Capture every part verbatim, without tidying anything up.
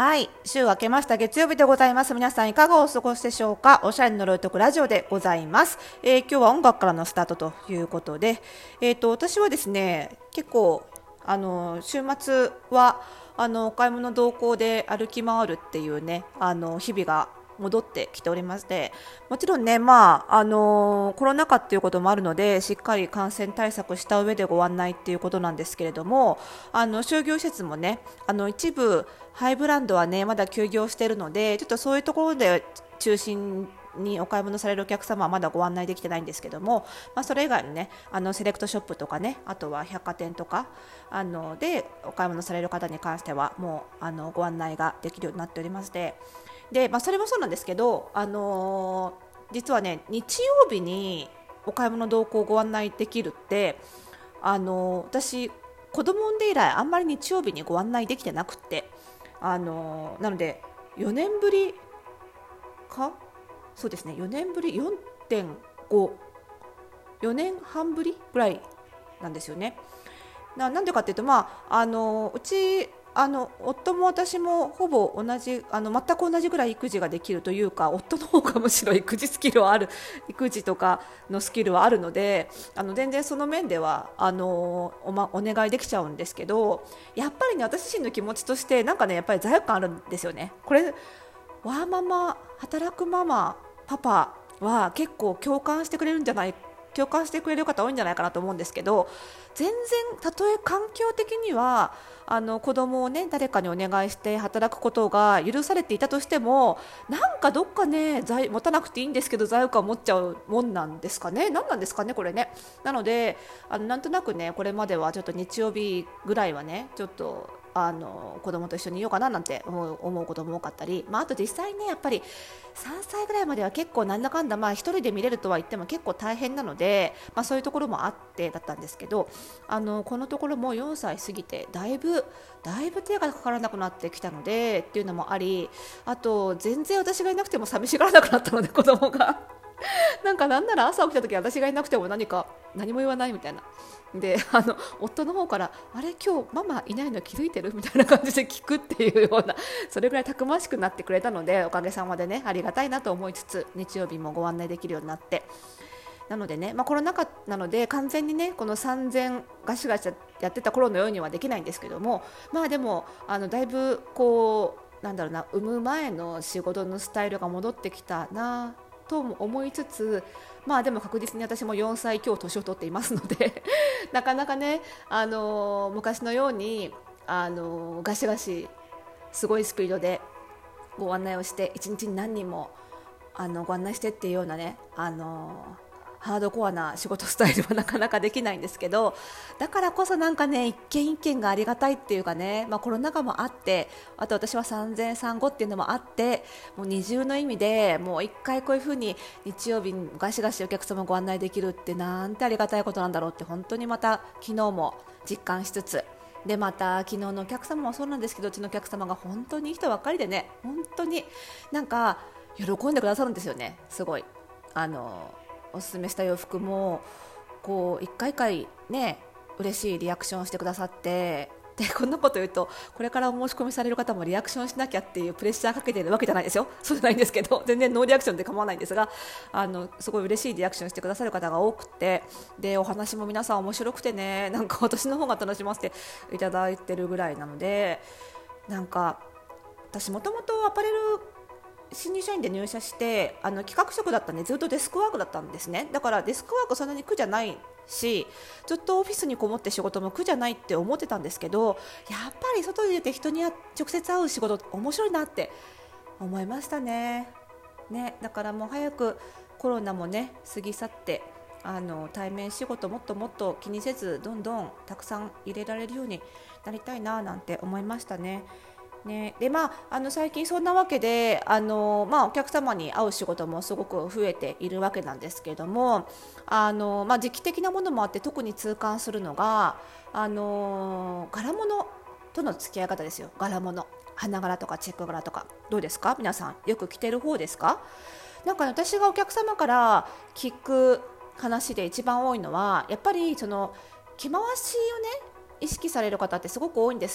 はい、週明けました月曜日でございます。皆さんいかがお過ごしでしょうか。おしゃれの呪いとくラジオでございます。えー、今日は音楽からのスタートということで、えーと、私はですね、結構あの週末はあのお買い物同行で歩き回るっていうね、あの日々が戻ってきておりまして、もちろんね、まああのコロナ禍っていうこともあるので、しっかり感染対策した上でご案内っていうことなんですけれども、あの商業施設もね、あの一部ハイブランドはねまだ休業しているので、ちょっとそういうところで中心にお買い物されるお客様はまだご案内できてないんですけども、まあ、それ以外のね、あのセレクトショップとかね、あとは百貨店とかあのでお買い物される方に関してはもうあのご案内ができるようになっておりまして、で、まあ、それもそうなんですけど、あのー実はね、日曜日にお買い物同行をご案内できるって、あのー私子供産んで以来あんまり日曜日にご案内できてなくって、あのーなのでよねんぶりか、そうですね、よねんぶり よんてんご よねんはんぶりぐらいなんですよね。な, なんでかっていうと、まあ、あのうちあの夫も私もほぼ同じあの全く同じぐらい育児ができるというか、夫の方がむしろ育児スキルはある育児とかのスキルはあるので、あの全然その面ではあの お,、ま、お願いできちゃうんですけど、やっぱりね、私自身の気持ちとしてなんかね、やっぱり罪悪感あるんですよね。これワーママ、働くママパパは結構共感してくれるんじゃない共感してくれる方多いんじゃないかなと思うんですけど、全然たとえ環境的にはあの子供をね誰かにお願いして働くことが許されていたとしても、なんかどっかね罪持たなくていいんですけど罪悪感を持っちゃうもんなんですかね。何なんですかねこれね。なのであのなんとなくね、これまではちょっと日曜日ぐらいはねちょっとあの子供と一緒にいようかななんて思う、思うことも多かったり、まあ、あと実際ねやっぱりさんさいぐらいまでは結構なんだかんだ、まあ、一人で見れるとは言っても結構大変なので、まあ、そういうところもあってだったんですけど、あのこのところもうよんさい過ぎてだいぶだいぶ手がかからなくなってきたのでっていうのもあり、あと全然私がいなくても寂しがらなくなったので子供がなんかなんなら朝起きた時私がいなくても何か何も言わないみたいなで、あの夫の方からあれ今日ママいないの気づいてるみたいな感じで聞くっていうような、それぐらいたくましくなってくれたので、おかげさまでねありがたいなと思いつつ、日曜日もご案内できるようになって、なのでね、まあ、コロナ禍なので完全にねこのさんぜんガシガシやってた頃のようにはできないんですけども、まあでもあのだいぶこうなんだろうな、産む前の仕事のスタイルが戻ってきたなとも思いつつ、まあでも確実に私もよんさい強年を取っていますのでなかなかね、あのー昔のように、あのーガシガシすごいスピードでご案内をしていちにちに何人もあのご案内してっていうようなね、あのーハードコアな仕事スタイルはなかなかできないんですけど、だからこそなんかね一件一件がありがたいっていうかね、まあ、コロナ禍もあって、あと私は産前産後っていうのもあって、もう二重の意味でもう一回こういう風に日曜日にガシガシお客様ご案内できるってなんてありがたいことなんだろうって本当にまた昨日も実感しつつで、また昨日のお客様もそうなんですけど、うちのお客様が本当にいい人ばっかりでね、本当になんか喜んでくださるんですよね。すごいあのおすすめした洋服もこう一回一回ね嬉しいリアクションをしてくださって、でこんなこと言うとこれからお申し込みされる方もリアクションしなきゃっていうプレッシャーかけてるわけじゃないですよ。そうじゃないんですけど、全然ノーリアクションで構わないんですが、あのすごい嬉しいリアクションしてくださる方が多くて、でお話も皆さん面白くてね、なんか私の方が楽しませていただいてるぐらいなので、なんか私もともとアパレル新入社員で入社してあの企画職だったんでずっとデスクワークだったんですね。だからデスクワークそんなに苦じゃないし、ずっとオフィスにこもって仕事も苦じゃないって思ってたんですけど、やっぱり外に出て人に直接会う仕事面白いなって思いましたね。ね、だからもう早くコロナもね過ぎ去って、あの対面仕事もっともっと気にせずどんどんたくさん入れられるようになりたいななんて思いましたね。ね、でまあ、あの最近そんなわけであの、まあ、お客様に会う仕事もすごく増えているわけなんですけれども、あの、まあ、時期的なものもあって特に痛感するのがあの柄物との付き合い方ですよ。柄物、花柄とかチェック柄とかどうですか皆さん、よく着てる方ですか？なんか、ね、私がお客様から聞く話で一番多いのはやっぱりその着回しをね意識される方ってすごく多いんですよ。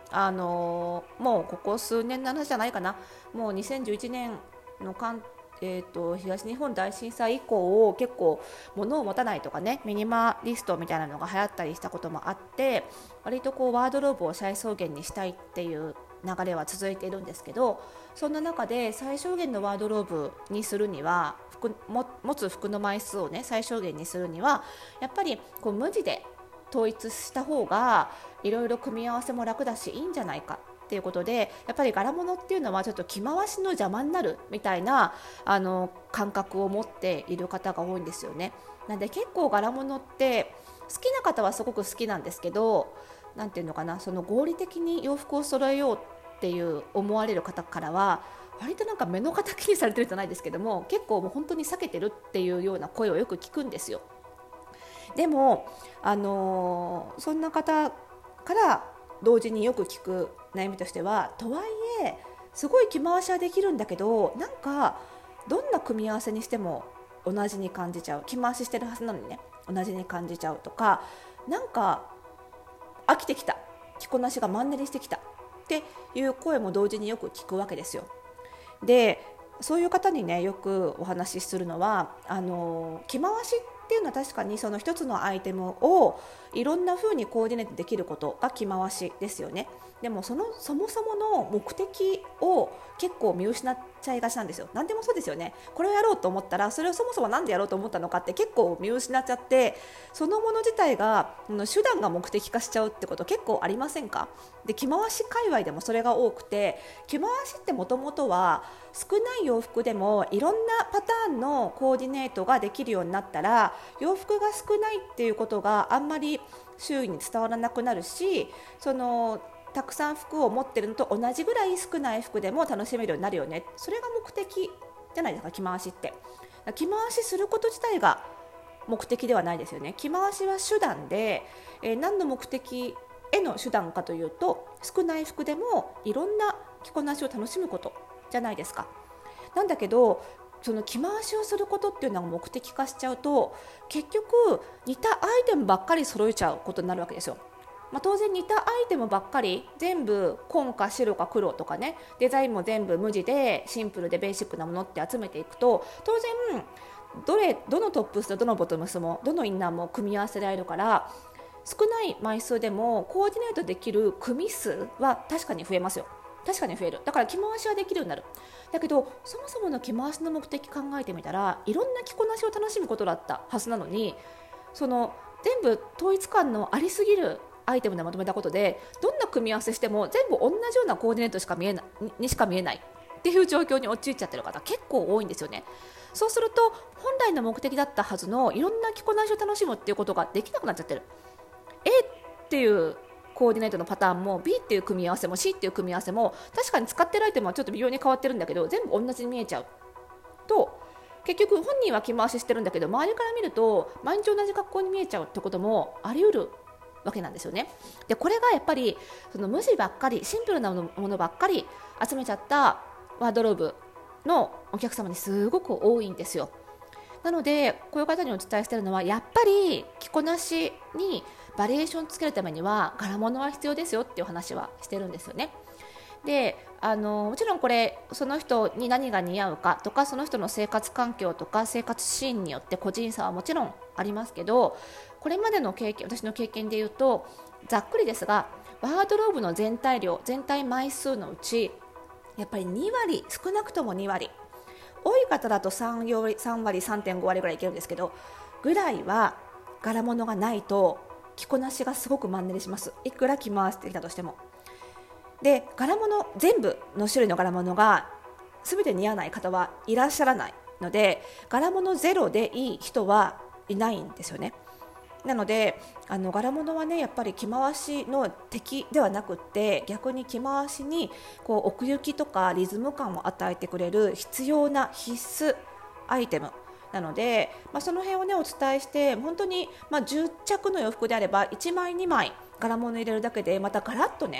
あのもうここ数年の話じゃないかな。もうにせんじゅういちねんの関えー、と東日本大震災以降結構物を持たないとかね、ミニマリストみたいなのが流行ったりしたこともあって、割とこうワードローブを最小限にしたいっていう流れは続いているんですけど、そんな中で最小限のワードローブにするには、服も持つ服の枚数をね最小限にするには、やっぱりこう無地で統一した方がいろいろ組み合わせも楽だしいいんじゃないかっていうことで、やっぱり柄物っていうのはちょっと着回しの邪魔になるみたいなあの感覚を持っている方が多いんですよね。なんで結構柄物って好きな方はすごく好きなんですけど、なんていうのかな、その合理的に洋服を揃えようっていう思われる方からは割となんか目の敵にされてるじゃないですけども、結構もう本当に避けてるっていうような声をよく聞くんですよ。でも、あのーそんな方から同時によく聞く悩みとしては、とはいえすごい着回しはできるんだけど、なんかどんな組み合わせにしても同じに感じちゃう、着回ししてるはずなのにね同じに感じちゃうとか、なんか飽きてきた、着こなしがマンネリしてきたっていう声も同時によく聞くわけですよ。で、そういう方にねよくお話しするのは、あの着回しっていうのは確かにその一つのアイテムをいろんな風にコーディネートできることが着回しですよね。でもそのそもそもの目的を結構見失っちゃいがちなんですよ。何でもそうですよね。これをやろうと思ったらそれをそもそも何でやろうと思ったのかって結構見失っちゃって、そのもの自体が手段が目的化しちゃうってこと結構ありませんか？で、着回し界隈でもそれが多くて、着回しってもともとは少ない洋服でもいろんなパターンのコーディネートができるようになったら、洋服が少ないっていうことがあんまり周囲に伝わらなくなるし、そのたくさん服を持ってるのと同じぐらい少ない服でも楽しめるようになるよね。それが目的じゃないですか、着回しって。着回しすること自体が目的ではないですよね。着回しは手段で、えー、何の目的への手段かというと、少ない服でもいろんな着こなしを楽しむことじゃないですか。なんだけど、その着回しをすることっていうのが目的化しちゃうと、結局似たアイテムばっかり揃えちゃうことになるわけですよ。まあ、当然似たアイテムばっかり全部紺か白か黒とかね、デザインも全部無地でシンプルでベーシックなものって集めていくと、当然どれどのトップスとどのボトムスもどのインナーも組み合わせられるから、少ない枚数でもコーディネートできる組数は確かに増えますよ。確かに増える。だから着回しはできるようになる。だけどそもそもの着回しの目的考えてみたら、いろんな着こなしを楽しむことだったはずなのに、その全部統一感のありすぎるアイテムでまとめたことで、どんな組み合わせしても全部同じようなコーディネートしか見えないにしか見えないっていう状況に陥っちゃってる方結構多いんですよね。そうすると本来の目的だったはずのいろんな着こなしを楽しむっていうことができなくなっちゃってる。 A っていうコーディネートのパターンも B っていう組み合わせも C っていう組み合わせも確かに使ってるアイテムはちょっと微妙に変わってるんだけど、全部同じに見えちゃうと、結局本人は着回ししてるんだけど周りから見ると毎日同じ格好に見えちゃうってこともあり得るわけなんですよね。で、これがやっぱりその無地ばっかりシンプルなものばっかり集めちゃったワードローブのお客様にすごく多いんですよ。なのでこういう方にお伝えしているのは、やっぱり着こなしにバリエーションつけるためには柄物は必要ですよっていう話はしてるんですよね。で、あのもちろんこれその人に何が似合うかとか、その人の生活環境とか生活シーンによって個人差はもちろんありますけど、これまでの経験、私の経験で言うとざっくりですが、ワードローブの全体量全体枚数のうちやっぱりに割、少なくともに割、多い方だとさん割、さん割 さんてんご 割ぐらいいけるんですけどぐらいは柄物がないと着こなしがすごくマンネリします。いくら着回してきたとしても。で、柄物全部の種類の柄物が全て似合わない方はいらっしゃらないので、柄物ゼロでいい人はいないんですよね。なのであの柄物はね、やっぱり着回しの敵ではなくって、逆に着回しにこう奥行きとかリズム感を与えてくれる必要な必須アイテムなので、まあ、その辺をねお伝えして、本当に、まあ、じゅっ着の洋服であればいちまいにまい柄物入れるだけでまたガラッとね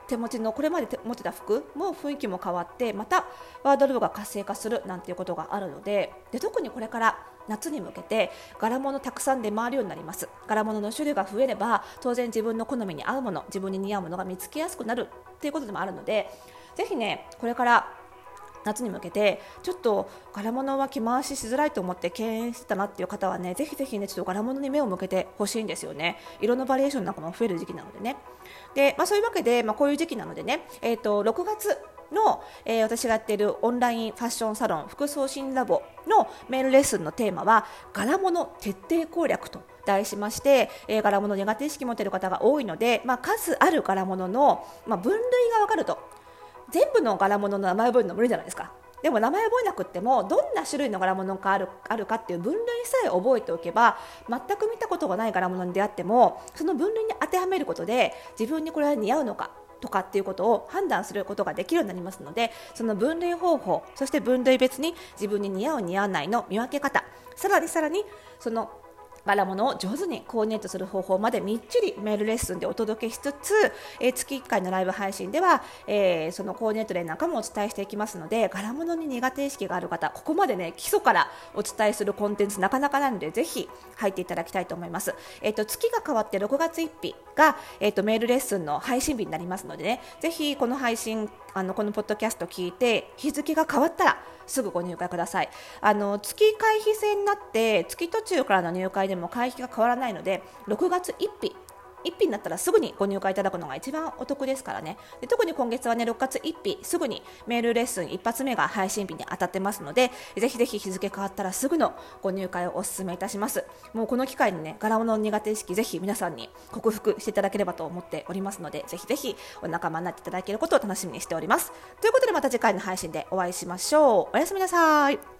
手持ちのこれまで持ってた服も雰囲気も変わって、またワードローブが活性化するなんていうことがあるので、で特にこれから夏に向けて柄物たくさん出回るようになります。柄物の種類が増えれば当然自分の好みに合うもの、自分に似合うものが見つけやすくなるっていうことでもあるので、ぜひねこれから夏に向けてちょっと柄物は着回ししづらいと思って敬遠してたなっていう方はね、ぜひぜひねちょっと柄物に目を向けてほしいんですよね。色のバリエーションなんかも増える時期なのでね。で、まあ、そういうわけで、まあ、こういう時期なのでね、えーと、ろくがつの、えー、私がやっているオンラインファッションサロン服装診ラボのメールレッスンのテーマは柄物徹底攻略と題しまして、えー、柄物苦手意識持っている方が多いので、まあ、数ある柄物の、まあ、分類が分かると、全部の柄物の名前を覚えるの無理じゃないですか。でも名前を覚えなくってもどんな種類の柄物がある、あるかっていう分類さえ覚えておけば、全く見たことがない柄物に出会ってもその分類に当てはめることで自分にこれは似合うのかとかっていうことを判断することができるようになりますので、その分類方法、そして分類別に自分に似合う似合わないの見分け方、さらにさらにその柄物を上手にコーディネートする方法までみっちりメールレッスンでお届けしつつ、えー、月いっかいのライブ配信では、えー、そのコーディネート例なんかもお伝えしていきますので、柄物に苦手意識がある方、ここまでね基礎からお伝えするコンテンツなかなかなので、ぜひ入っていただきたいと思います。えーと、月が変わってろくがつついたちが、えーと、メールレッスンの配信日になりますのでね、ぜひこの配信あのこのポッドキャスト聞いて日付が変わったらすぐご入会ください。あの月会費制になって月途中からの入会でも会費が変わらないので、ろくがつついたちいっぴになったらすぐにご入会いただくのが一番お得ですからね。で特に今月はねろくがつついたちすぐにメールレッスン一発目が配信日に当たってますので、ぜひぜひ日付変わったらすぐのご入会をお勧めいたします。もうこの機会にね柄物の苦手意識ぜひ皆さんに克服していただければと思っておりますので、ぜひぜひお仲間になっていただけることを楽しみにしております。ということでまた次回の配信でお会いしましょう。おやすみなさい。